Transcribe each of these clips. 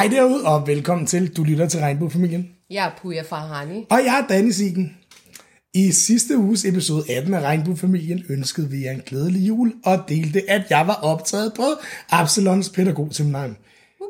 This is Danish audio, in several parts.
Hej derude, og velkommen til. Du lytter til Regnbuefamilien. Jeg er Puja Farhani. Og jeg er Danny Siggen. I sidste uges episode 18 af Regnbuefamilien ønskede vi jer en glædelig jul, og delte, at jeg var optaget på Absalons pædagogseminarium.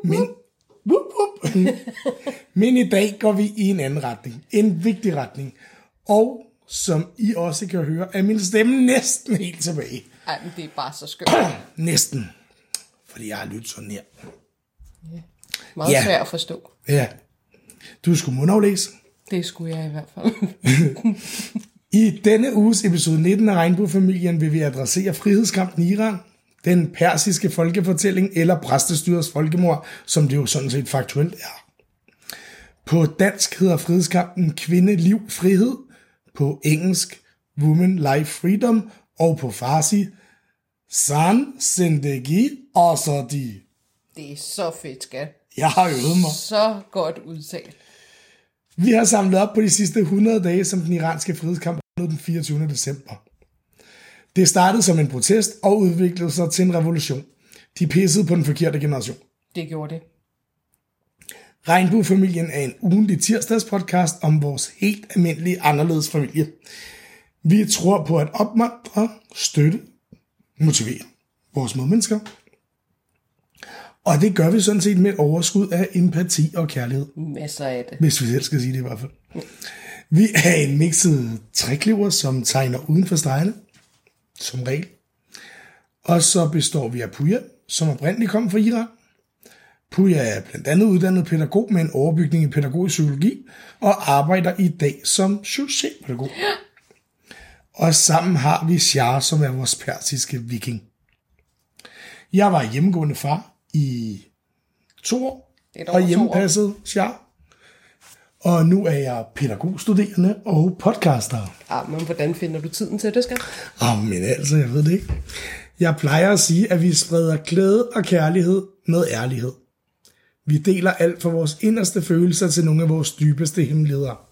Men i dag går vi i en anden retning. En vigtig retning. Og som I også kan høre, er min stemme næsten helt tilbage. Ej, men det er bare så skønt. Næsten. Fordi jeg har lyttet så nær. Ja. Meget svært at forstå. Ja. Du skulle mundaflæse. Det skulle jeg i hvert fald. I denne uges episode 19 af Regnbuefamilien vil vi adressere frihedskampen i Iran, den persiske folkefortælling eller præstestyrets folkemord, som det jo sådan set faktuelt er. På dansk hedder frihedskampen Kvinde, Liv, Frihed, på engelsk Women, Life, Freedom, og på farsi San, Zindagi, Azadi. Det er så fedt, skat. Jeg har øvet mig. Så godt udtalt. Vi har samlet op på de sidste 100 dage, som den iranske frihedskamp opnåede den 24. december. Det startede som en protest og udviklede sig til en revolution. De pissede på den forkerte generation. Det gjorde det. Regnbuefamilien er en ugentlig tirsdagspodcast om vores helt almindelige anderledes familie. Vi tror på at opmuntre, støtte, motivere vores medmennesker. Og det gør vi sådan set med et overskud af empati og kærlighed. Masser af det. Hvis vi selv skal sige det i hvert fald. Vi er en mixet træklever, som tegner uden for stregene, som regel. Og så består vi af Puja, som oprindeligt kom fra Iran. Puja er blandt andet uddannet pædagog med en overbygning i pædagogisk psykologi, og arbejder i dag som socialpædagog. Og sammen har vi Shah, som er vores persiske viking. Jeg var hjemmegående far i 2 år, og hjemmepasset Shah. Og nu er jeg pædagogstuderende og podcaster. Men hvordan finder du tiden til det, skat? Men altså, jeg ved det ikke. Jeg plejer at sige, at vi spreder glæde og kærlighed med ærlighed. Vi deler alt fra vores inderste følelser til nogle af vores dybeste hemmeligheder.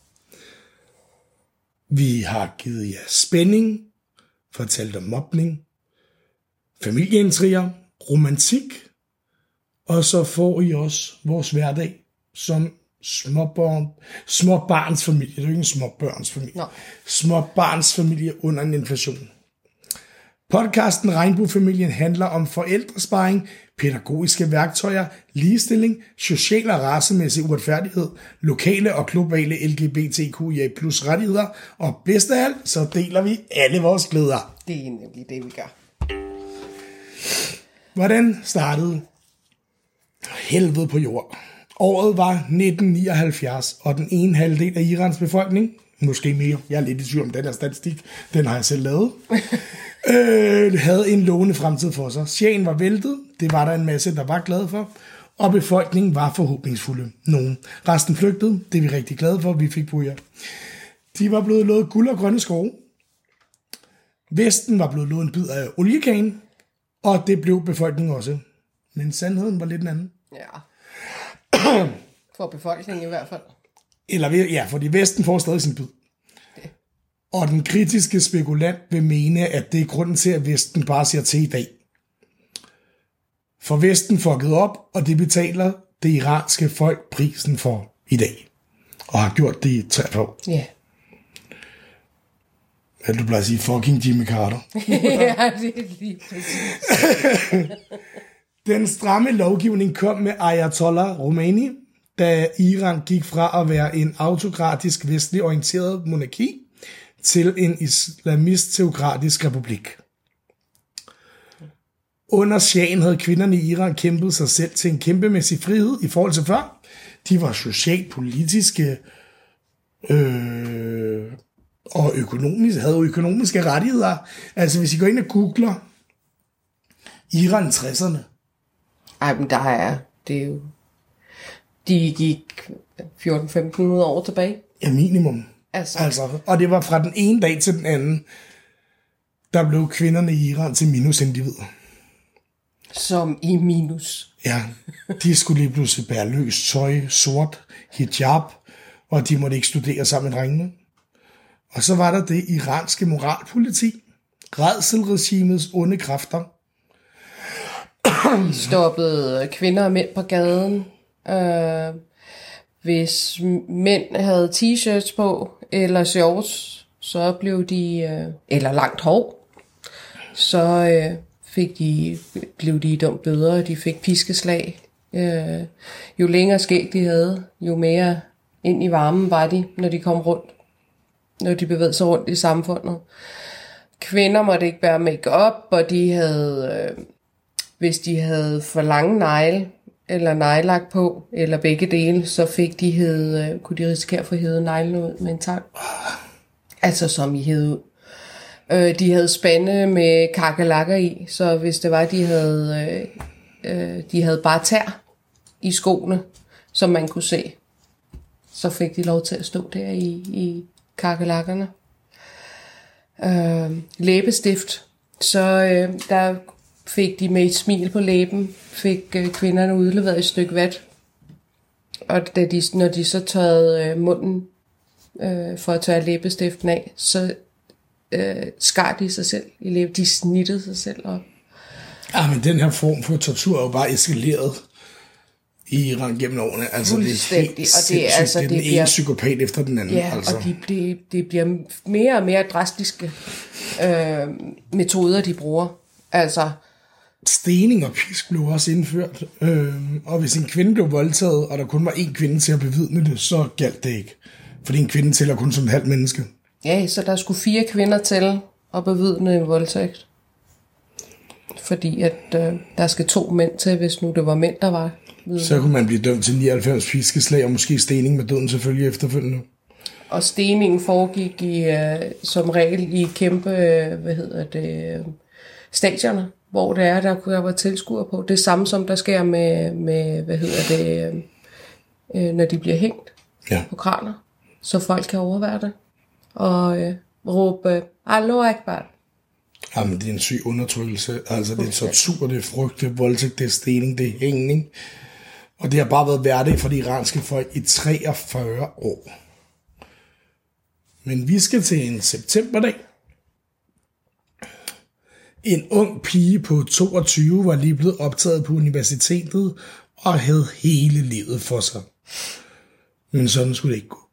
Vi har givet jer spænding, fortalt om mobning, familieintriger, romantik, og så får I også vores hverdag som småbarnsfamilie. Det er jo ikke en småbørnsfamilie. No. Småbarnsfamilie under en inflation. Podcasten Regnbuefamilien handler om forældresparing, pædagogiske værktøjer, ligestilling, social og racemæssig uretfærdighed, lokale og globale LGBTQIA+ rettigheder, og bedst af alt, så deler vi alle vores glæder. Det er nemlig det, vi gør. Hvordan startede helvede på jord? Året var 1979, og den ene halvdel af Irans befolkning, måske mere, jeg er lidt i tvivl om den her statistik, den har jeg selv lavet, havde en lovende fremtid for sig. Shahen var væltet, det var der en masse, der var glade for, og befolkningen var forhåbningsfulde. Nogen. Resten flygtede, det er vi rigtig glade for, vi fik Puja. De var blevet lovet guld og grønne skove. Vesten var blevet lovet en bid af oliekagen, og det blev befolkningen også. Men sandheden var lidt en anden. Ja. For befolkningen i hvert fald. Fordi Vesten får stadig sin bid. Og den kritiske spekulant vil mene, at det er grunden til, at Vesten bare siger til i dag. For Vesten fuckede op, og det betaler det iranske folk prisen for i dag. Og har gjort det i 3 år. Ja. Hvad du plejer at sige, fucking Jimmy Carter. Ja, det er lige præcis. Den stramme lovgivning kom med Ayatollah Khomeini, da Iran gik fra at være en autokratisk vestlig orienteret monarki til en islamist-teokratisk republik. Under Shahen havde kvinderne i Iran kæmpet sig selv til en kæmpemæssig frihed i forhold til før. De var socialt, politiske og havde økonomiske rettigheder. Altså hvis I går ind og googler Iran 60'erne. Men der er det er jo... De gik 14-1500 år tilbage. Ja, minimum. Altså, og det var fra den ene dag til den anden, der blev kvinderne i Iran til minusindivider. Som i minus. Ja, de skulle lige pludselig bære løst tøj, sort, hijab, og de måtte ikke studere sammen med drengene. Og så var der det iranske moralpoliti, rædselregimets onde kræfter. Stoppede kvinder og mænd på gaden. Hvis mænd havde t-shirts på, eller shorts, så blev de, eller langt hår, så blev de dømt bøder, og de fik piskeslag. Jo længere skæg de havde, jo mere ind i varmen var de, når de kom rundt, når de bevægede sig rundt i samfundet. Kvinder måtte ikke bære make-up, og de havde, hvis de havde for lange negle, eller neglelak på, eller begge dele, så kunne de risikere at få hævet neglene ud med en tang. Altså som i hævet ud. De havde spande med kakelakker i, så hvis det var, de havde bare tær i skoene, som man kunne se, så fik de lov til at stå der i kakelakkerne. Læbestift, så der fik de med et smil på læben, fik kvinderne udleveret et stykke vat, og når de så tørrede munden for at tørre læbestiften af, så skar de sig selv i læben, de snittede sig selv op. Ja, men den her form for tortur er jo bare eskaleret i Iran gennem årene. Altså, det er helt sindssygt. Det er den ene psykopat efter den anden. Ja, altså. Og det bliver mere og mere drastiske metoder, de bruger. Altså, stening og pisk blev også indført. Og hvis en kvinde blev voldtaget, og der kun var én kvinde til at bevidne det, så galt det ikke. Fordi en kvinde tæller kun som et halvt menneske. Ja, så der skulle 4 kvinder til at bevidne en voldtægt. Fordi at der skal 2 mænd til, hvis nu det var mænd, der var. Så kunne man blive dømt til 99 piskeslag, og måske stening med døden selvfølgelig efterfølgende. Og steningen foregik som regel i kæmpe, stadioner, hvor det er, der var tilskuere på. Det samme som der sker med når de bliver hængt på kraner, så folk kan overvære det. Og råbe, Allahu Akbar. Jamen, det er en syg undertrykkelse. Altså, det er tortur, det er frygt, det er voldtægt, det er stening, det er hængning. Og det har bare været hverdag for de iranske folk i 43 år. Men vi skal til en septemberdag. En ung pige på 22 var lige blevet optaget på universitetet og havde hele livet for sig. Men sådan skulle det ikke gå.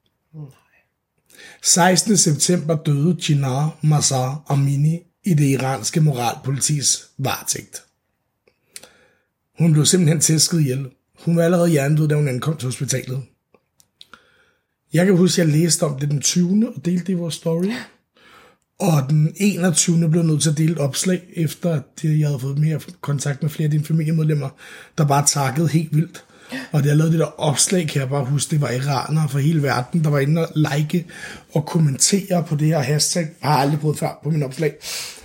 16. september døde Jinnah Mahsa Amini i det iranske moralpolitis varetægt. Hun blev simpelthen tæsket ihjel. Hun var allerede hjernedød, da hun ankom til hospitalet. Jeg kan huske, at jeg læste om det den 20. og delte det i vores story. Og den 21. blev nødt til at dele et opslag, efter at jeg havde fået mere kontakt med flere af dine familiemedlemmer, der bare takkede helt vildt. Og da jeg lavede det der opslag, kan jeg bare huske, det var iranere fra hele verden, der var inde og like og kommentere på det her hashtag. Jeg har aldrig prøvet før på min opslag.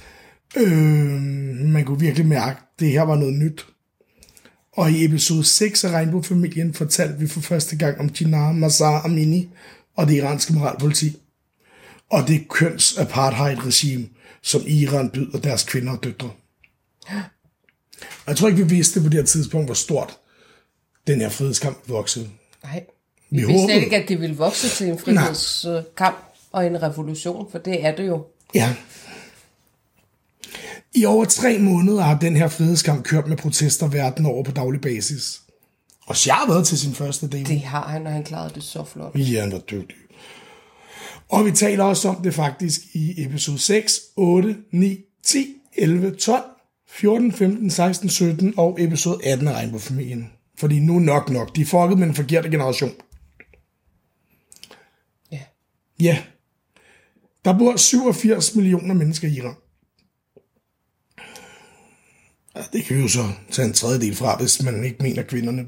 Man kunne virkelig mærke, at det her var noget nyt. Og i episode 6 af Regnbuefamilien fortalte vi for første gang om Jinnah Mahsa Amini og det iranske moralpoliti. Og det køns-apartheid-regime, som Iran byder deres kvinder og døtre. Og jeg tror ikke, vi vidste på det her tidspunkt, hvor stort den her frihedskamp voksede. Nej, vi vidste ikke, at det ville vokse til en frihedskamp og en revolution, for det er det jo. Ja. I over 3 måneder har den her frihedskamp kørt med protester verden over på daglig basis. Og Shah har været til sin første demo. Det har han, og han klarede det så flot. Ja, han var dygtig. Og vi taler også om det faktisk i episode 6, 8, 9, 10, 11, 12, 14, 15, 16, 17 og episode 18 af Regnbuefamilien. Fordi nu nok. De er fucket med den forkerte generation. Ja. Ja. Der bor 87 millioner mennesker i Iran. Ja, det kan vi jo så tage en tredjedel fra, hvis man ikke mener kvinderne.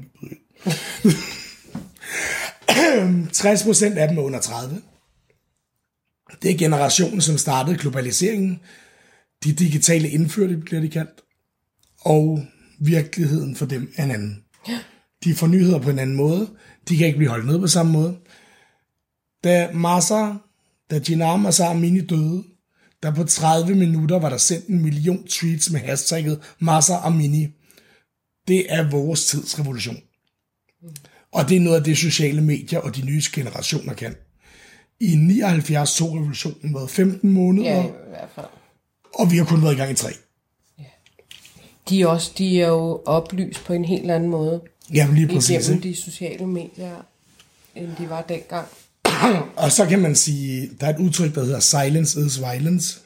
60% af dem er under 30. Det er generationen, som startede globaliseringen. De digitale indførte bliver de kaldt. Og virkeligheden for dem er en anden. De får nyheder på en anden måde. De kan ikke blive holdt ned på samme måde. Da Jinnah Mahsa Amini døde, der på 30 minutter var der sendt 1 million tweets med hashtagget Mahsa Amini. Det er vores tids revolution. Og det er noget af det, sociale medier og de nye generationer kan. I 79 tog revolutionen været 15 måneder. Ja, i hvert fald. Og vi har kun været i gang i 3. Ja. De er jo oplyst på en helt anden måde. Jamen lige præcis. Igennem de sociale medier, end de var dengang. Og så kan man sige, der er et udtryk, der hedder silence is violence.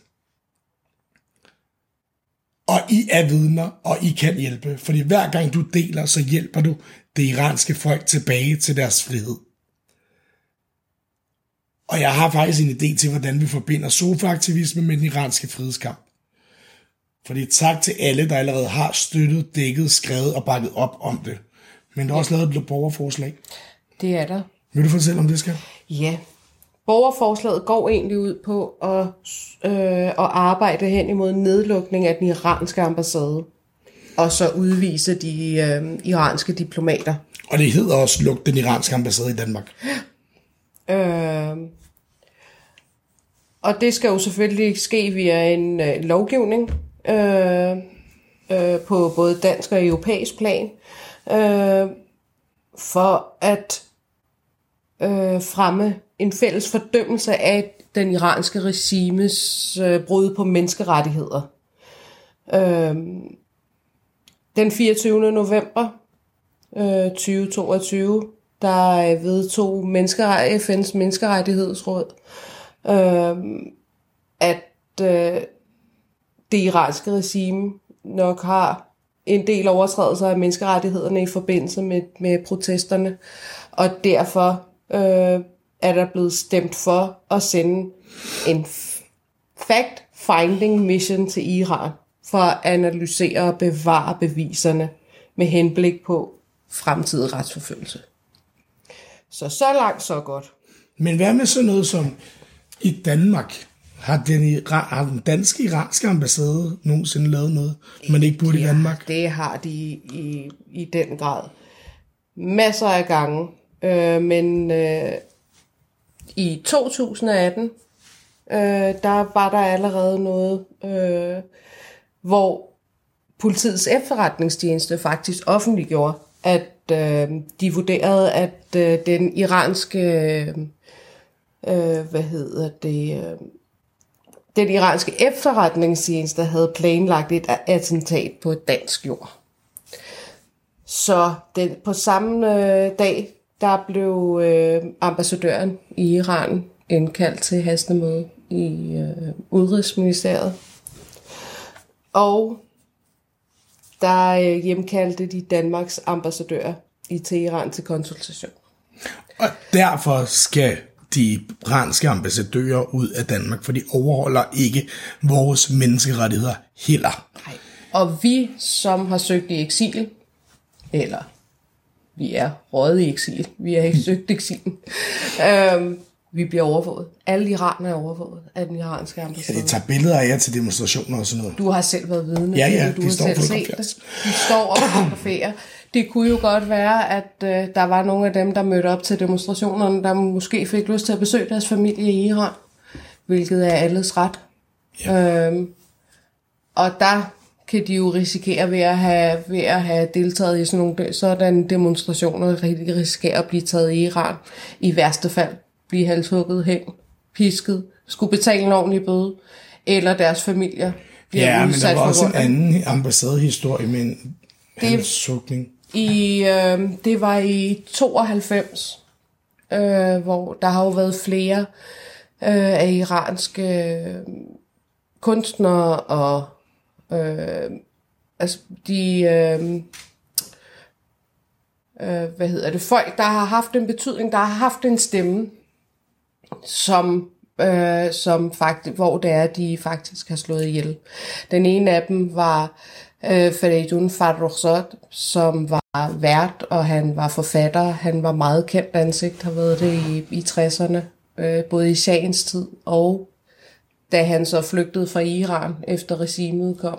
Og I er vidner, og I kan hjælpe. Fordi hver gang du deler, så hjælper du det iranske folk tilbage til deres frihed. Og jeg har faktisk en idé til, hvordan vi forbinder sofaaktivisme med den iranske frihedskamp. Fordi tak til alle, der allerede har støttet, dækket, skrevet og bakket op om det. Men der er også lavet et borgerforslag. Det er der. Vil du fortælle om det, Skat? Ja. Borgerforslaget går egentlig ud på at arbejde hen imod nedlukning af den iranske ambassade. Og så udvise de iranske diplomater. Og det hedder også luk den iranske ambassade i Danmark. Og det skal jo selvfølgelig ske via en lovgivning på både dansk og europæisk plan, for at fremme en fælles fordømmelse af den iranske regimes brud på menneskerettigheder. Den 24. november 2022, der vedtog FN's menneskerettighedsråd, at det iranske regime nok har en del overtrædelser af menneskerettighederne i forbindelse med protesterne, og derfor er der blevet stemt for at sende en fact-finding mission til Iran for at analysere og bevare beviserne med henblik på fremtidig retsforfølgelse. Så langt, så godt. Men hvad med sådan noget som i Danmark? Har den danske iranske ambassade nogensinde lavet noget, man ikke burde i Danmark? Det har de i den grad. Masser af gange. Men i 2018, der var der allerede noget, hvor politiets efterretningstjeneste faktisk offentliggjorde, at de vurderede, at den iranske den iranske efterretningstjeneste havde planlagt et attentat på et dansk jord. Så på samme dag, der blev ambassadøren i Iran indkaldt til hastemøde i Udenrigsministeriet. Og der hjemkaldte de Danmarks ambassadør i Teheran til konsultation. Og derfor skal de iranske ambassadører ud af Danmark, for de overholder ikke vores menneskerettigheder heller. Nej. Og vi, som har søgt i eksil, eller vi er røget i eksil, vi har ikke søgt eksilen, vi bliver overvåget. Alle iranere er overvåget af den iranske ambassade. Ja, det tager billeder af jer til demonstrationer og sådan noget. Du har selv været vidne. Ja, du har selv set det. De står og fotograferer. Det kunne jo godt være, at der var nogle af dem, der mødte op til demonstrationerne, der måske fik lyst til at besøge deres familie i Iran, hvilket er alles ret. Ja. Og der kan de jo risikere ved at have deltaget i sådan demonstrationer, risikere at blive taget i Iran. I værste fald blive halshugget, hængt, pisket, skulle betale en ordentlig bøde, eller deres familier bliver udsat for. Ja, men der var også en anden ambassadehistorie med en halshugning. Det var i 92, hvor der har jo været flere af iranske kunstnere og folk, der har haft en betydning, der har haft en stemme, som faktisk, hvor det er, de faktisk har slået ihjel. Den ene af dem var Feridun Farrokhzad, som var vært, og han var forfatter. Han var meget kendt ansigt, har været det i 60'erne, både i shagens tid, og da han så flygtede fra Iran, efter regimet kom.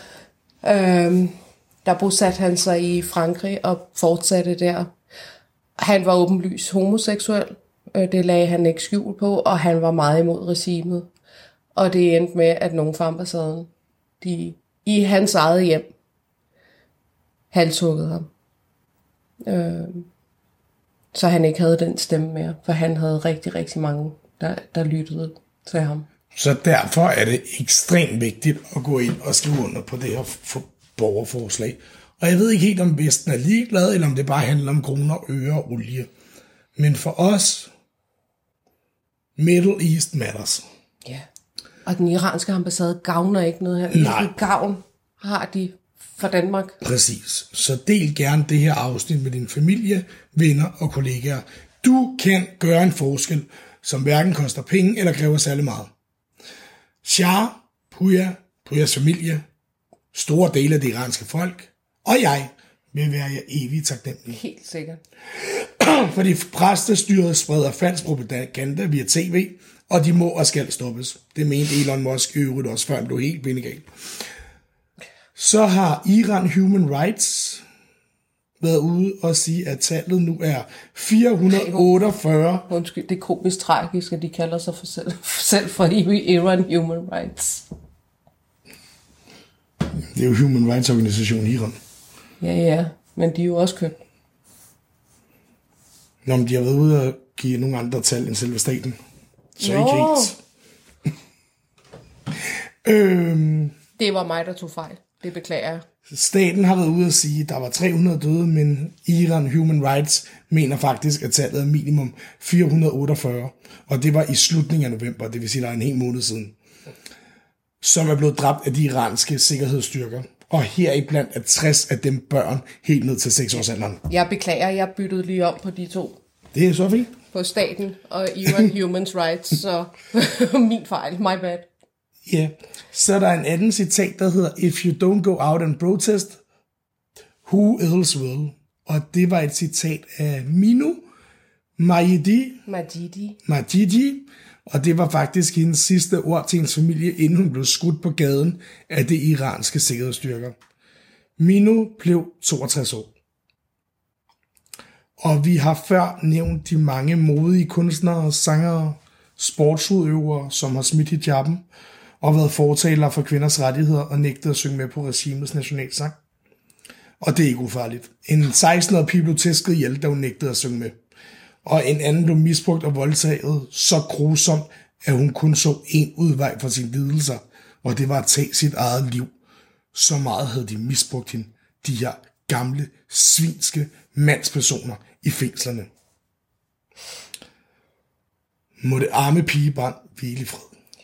Der bosatte han sig i Frankrig og fortsatte der. Han var åbenlyst homoseksuel. Det lagde han ikke skjul på, og han var meget imod regimet. Og det endte med, at nogen fra ambassaden, de i hans eget hjem halshuggede ham. Så han ikke havde den stemme mere, for han havde rigtig, rigtig mange, der lyttede til ham. Så derfor er det ekstremt vigtigt at gå ind og skrive under på det her borgerforslag. Og jeg ved ikke helt, om Vesten er ligeglad, eller om det bare handler om kroner, øre og olie. Men for os, Middle East matters. Ja. Og den iranske ambassade gavner ikke noget her. Nej. Hvilken gavn har de for Danmark? Præcis. Så del gerne det her afsnit med din familie, venner og kollegaer. Du kan gøre en forskel, som hverken koster penge eller kræver særlig meget. Shah, Puyas familie, store dele af det iranske folk, og jeg vil være jer evigt taknemmelig. Helt sikkert. Fordi præstestyret spreder falsk propaganda via tv, og de må og skal stoppes. Det mente Elon Musk i øvrigt også, før han blev helt bindegal. Så har Iran Human Rights været ude og sige, at tallet nu er 448. Undskyld, det er komisk tragisk, at de kalder sig selv for Iran Human Rights. Det er jo Human Rights Organisation i Iran. Ja, men de er jo også købt. Nå, men de har været ude og give nogle andre tal end selve staten. Så ikke helt. Det var mig, der tog fejl. Det beklager jeg. Staten har været ude at sige, at der var 300 døde, men Iran Human Rights mener faktisk, at tallet er minimum 448. Og det var i slutningen af november, det vil sige, der er en hel måned siden, som er blevet dræbt af de iranske sikkerhedsstyrker. Og heriblandt er 60 af dem børn helt ned til 6-årsalderen. Jeg beklager, jeg byttede lige om på de to. Det er så fint. På staten og Iran Human Rights, så min fejl, my bad. Ja, så er der en anden citat, der hedder, If you don't go out and protest, who else will? Og det var et citat af Minu Majidi, og det var faktisk hendes sidste ord til hendes familie, inden hun blev skudt på gaden af det iranske sikkerhedsstyrker. Minu blev 62 år. Og vi har før nævnt de mange modige kunstnere, sangere, sportsudøvere, som har smidt hijaben og været fortalere for kvinders rettigheder og nægtet at synge med på regimets nationalsang. Og det er ikke ufarligt. En 16-årig pige blev tæsket ihjel, da hun nægtede at synge med. Og en anden blev misbrugt og voldtaget så grusomt, at hun kun så en udvej for sine lidelser, og det var at tage sit eget liv. Så meget havde de misbrugt hende, de her gamle, svinske mandspersoner i fængslerne. Må det arme pigebarn hvile i fred.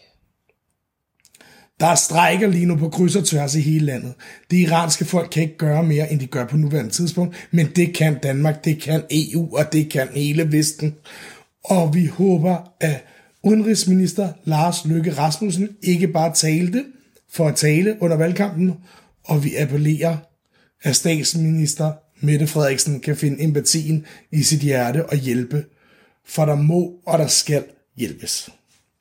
Der er strejker lige nu på kryds og tværs i hele landet. Det iranske folk kan ikke gøre mere, end de gør på nuværende tidspunkt, men det kan Danmark, det kan EU, og det kan hele Vesten. Og vi håber, at udenrigsminister Lars Løkke Rasmussen ikke bare talte for at tale under valgkampen, og vi appellerer, at statsminister Mette Frederiksen kan finde empatien i sit hjerte og hjælpe, for der må og der skal hjælpes.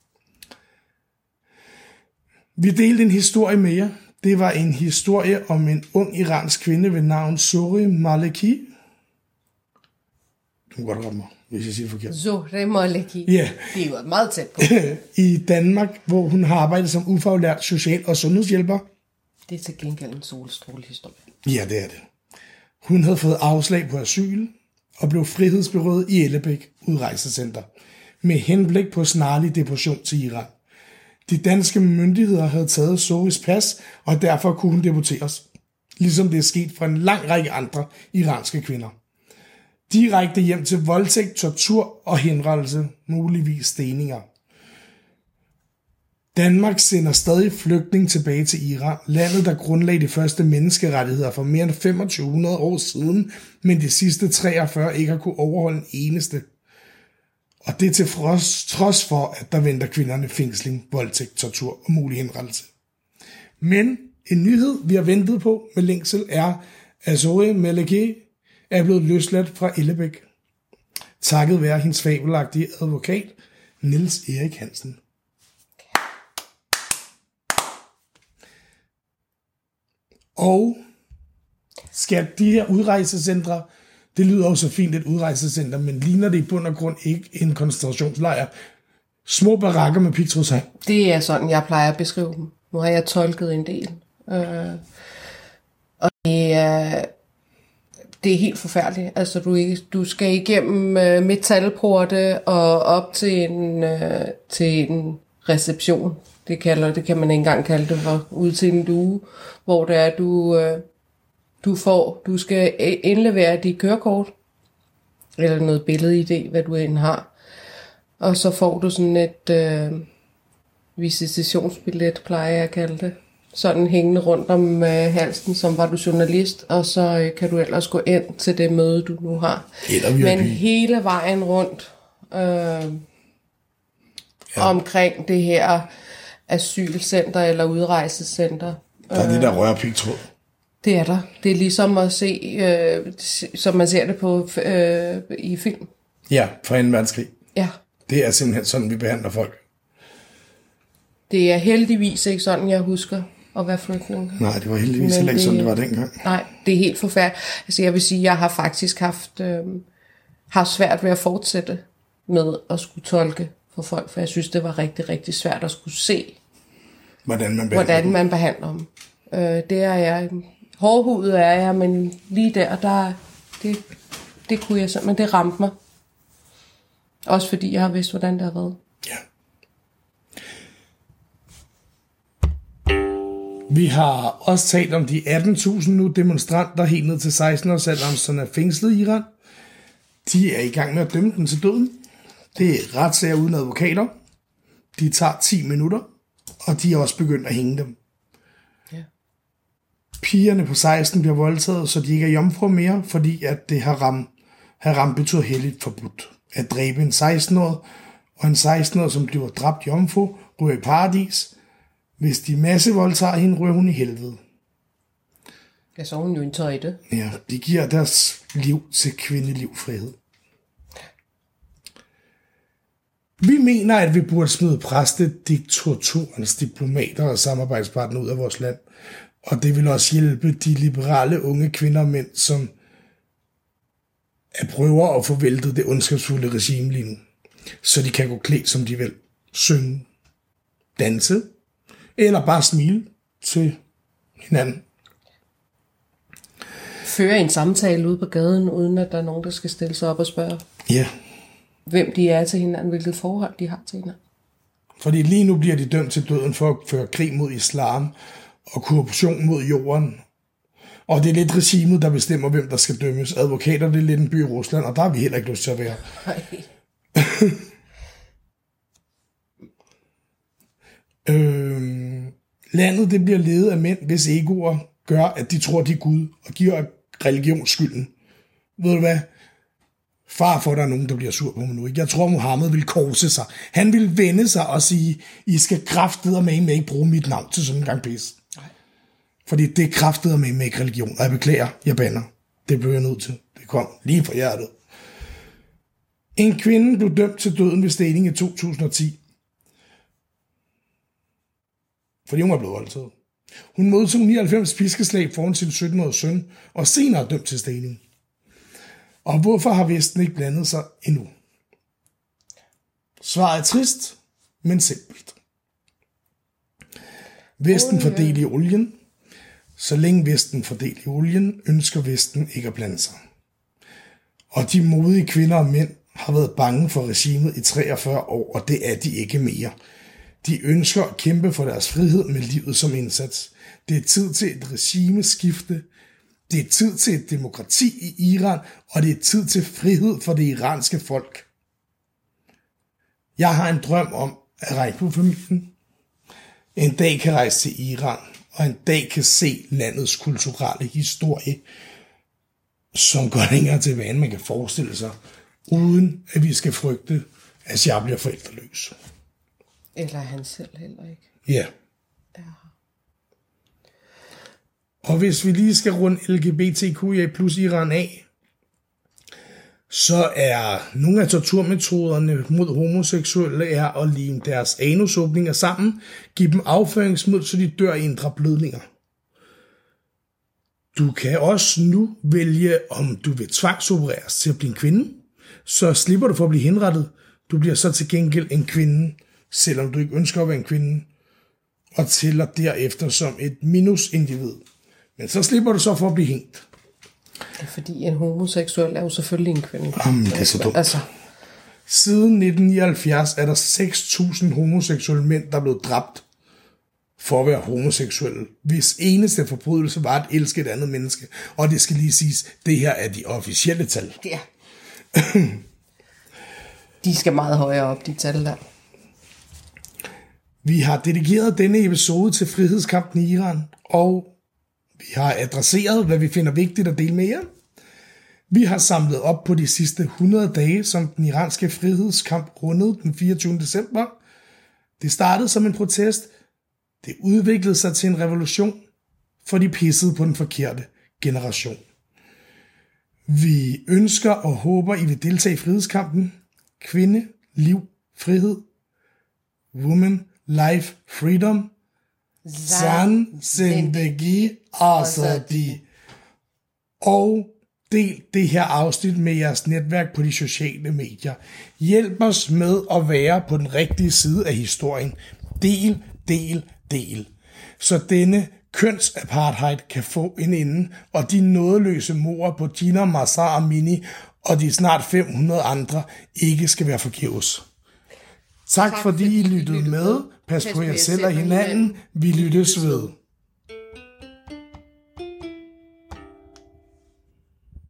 Vi delte en historie med jer. Det var en historie om en ung iransk kvinde ved navn Zohreh Maleki. Du må godt rette mig, hvis jeg siger det forkert. Zohreh Maleki. Ja. Det er jo meget tæt på. I Danmark, hvor hun har arbejdet som ufaglært social- og sundhedshjælper. Det er til gengæld en solstrålehistorie. Ja, det er det. Hun havde fået afslag på asyl og blev frihedsberøvet i Ellebæk udrejsecenter med henblik på snarlig deportation til Iran. De danske myndigheder havde taget Zohrehs pas, og derfor kunne hun deporteres, ligesom det er sket for en lang række andre iranske kvinder. Direkte hjem til voldtægt, tortur og henrettelse, muligvis steninger. Danmark sender stadig flygtninge tilbage til Iran, landet der grundlagde de første menneskerettigheder for mere end 2500 år siden, men de sidste 43 ikke har kunne overholde en eneste. Og det er til trods for, at der venter kvinderne fængsling, voldtægt, tortur og mulig henrettelse. Men en nyhed, vi har ventet på med længsel, er, at Zohreh Maleki er blevet løsladt fra Ellebæk. Takket være hendes fabelagtige advokat, Niels Erik Hansen. Og skal de her udrejsecentre, det lyder jo så fint et udrejsecenter, men ligner det i bund og grund ikke en koncentrationslejr? Små barakker med pigtrådshegn. Det er sådan, jeg plejer at beskrive dem. Nu har jeg tolket en del. Og det er helt forfærdeligt. Altså, du skal igennem metalporte og op til en reception. Det kan man ikke engang kalde det for, ud til en due, hvor det er, Du skal indlevere dit kørekort, eller noget billed-ID, hvad du end har. Og så får du sådan et visitationsbillet, plejer jeg at kalde det. Sådan hængende rundt om halsen, som var du journalist, og så kan du ellers gå ind til det møde, du nu har. Men hele vejen rundt omkring det her asylcenter eller udrejsecenter. Der er det der rørpigtråd. Det er der. Det er ligesom at se, som man ser det på i film. Ja, fra 2. verdenskrig. Ja. Det er simpelthen sådan, vi behandler folk. Det er heldigvis ikke sådan, jeg husker at være flygtning. Nej, det var heldigvis heller ikke sådan, det var dengang. Nej, det er helt forfærdeligt. Altså jeg vil sige, jeg har faktisk haft svært ved at fortsætte med at skulle tolke for folk, for jeg synes, det var rigtig, rigtig svært at skulle se, hvordan man behandler dem. Det er jeg. Hårdhudet er jeg, men lige det kunne jeg simpelthen, det ramte mig. Også fordi jeg har vidst, hvordan det har været. Ja. Vi har også talt om de 18.000 nu demonstranter helt ned til 16-årsalderen, som er fængslet i Iran. De er i gang med at dømme dem til døden. Det er retssager uden advokater. De tager 10 minutter, og de er også begyndt at hænge dem. Ja. Pigerne på 16 bliver voldtaget, så de ikke er jomfruer mere, fordi at det haram betyder helligt forbudt. At dræbe en 16-årig, og en 16-årig, som bliver dræbt jomfru, ryger i paradis. Hvis de massevoldtager hende, ryger hun i helvede. Ja, så er hun jo en tøjte. Ja, de giver deres liv til kvindeliv frihed. Vi mener, at vi burde smide præstediktaturens diplomater og samarbejdspartnere ud af vores land. Og det vil også hjælpe de liberale unge kvinder og mænd, som prøver at få væltet det ondskabsfulde regime lige nu. Så de kan gå klædt, som de vil. Synge, danse, eller bare smile til hinanden. Føre en samtale ude på gaden, uden at der er nogen, der skal stille sig op og spørge, hvem de er til hinanden, hvilket forhold de har til hinanden. Fordi lige nu bliver de dømt til døden for at føre krig mod islam og korruption mod jorden. Og det er lidt regimet, der bestemmer, hvem der skal dømmes. Advokater, det er lidt en by i Rusland, og der har vi heller ikke lyst til at være. Landet, det bliver ledet af mænd, hvis egoer gør, at de tror, de er Gud, og giver religionsskylden. Ved du hvad? Far for, der er nogen, der bliver sur på mig nu. Ikke? Jeg tror, Mohammed vil korse sig. Han vil vende sig og sige, I skal kraftedeme ikke bruge mit navn til sådan en gang pis. Fordi det kraftedeme ikke religion. Og jeg beklager, jeg bander. Det blev jeg nødt til. Det kom lige fra hjertet. En kvinde blev dømt til døden ved stening i 2010. Fordi hun var blevet voldtaget. Hun modtog 99 piskeslag foran sin 17-årige søn, og senere dømt til stening. Og hvorfor har Vesten ikke blandet sig endnu? Svaret er trist, men simpelt. Vesten fordeler i olien. Så længe Vesten fordeler i olien, ønsker Vesten ikke at blande sig. Og de modige kvinder og mænd har været bange for regimet i 43 år, og det er de ikke mere. De ønsker at kæmpe for deres frihed med livet som indsats. Det er tid til et regimeskifte. Det er tid til et demokrati i Iran, og det er tid til frihed for det iranske folk. Jeg har en drøm om at rejse på familien. En dag kan rejse til Iran, og en dag kan se landets kulturelle historie, som går længere tilbage, end man kan forestille sig, uden at vi skal frygte, at jeg bliver forældreløs. Eller han selv heller ikke. Ja. Og hvis vi lige skal runde LGBTQIA plus Iran af, så er nogle af torturmetoderne mod homoseksuelle er at lime deres anusåbninger sammen, give dem afføringsmiddel, så de dør i indre blødninger. Du kan også nu vælge, om du vil tvangsopereres til at blive en kvinde, så slipper du for at blive henrettet. Du bliver så til gengæld en kvinde, selvom du ikke ønsker at være en kvinde, og tæller derefter som et minusindivid. Men så slipper du så for at blive hængt. Fordi en homoseksuel er jo selvfølgelig en kvinde. Det er så dumt. Altså. Siden 1979 er der 6.000 homoseksuelle mænd, der er blevet dræbt for at være homoseksuelle, hvis eneste forbrydelse var at elske et andet menneske. Og det skal lige siges, det her er de officielle tal. Ja. De skal meget højere op, de tal der. Vi har dedikeret denne episode til frihedskampen i Iran, og vi har adresseret, hvad vi finder vigtigt at dele med jer. Vi har samlet op på de sidste 100 dage, som den iranske frihedskamp rundede den 24. december. Det startede som en protest. Det udviklede sig til en revolution, for de pissede på den forkerte generation. Vi ønsker og håber, I vil deltage i frihedskampen. Kvinde, liv, frihed. Woman, life, freedom. Zan, zindagi, azadi. Og del det her afsnit med jeres netværk på de sociale medier. Hjælp os med at være på den rigtige side af historien. Del, del, del. Så denne kønsapartheid kan få en ende, og de nådeløse mord på Jina, Mahsa Amini og de snart 500 andre ikke skal være forgæves. Tak fordi I lyttede med. Pas på jer selv og hinanden. Vi lyttes ved.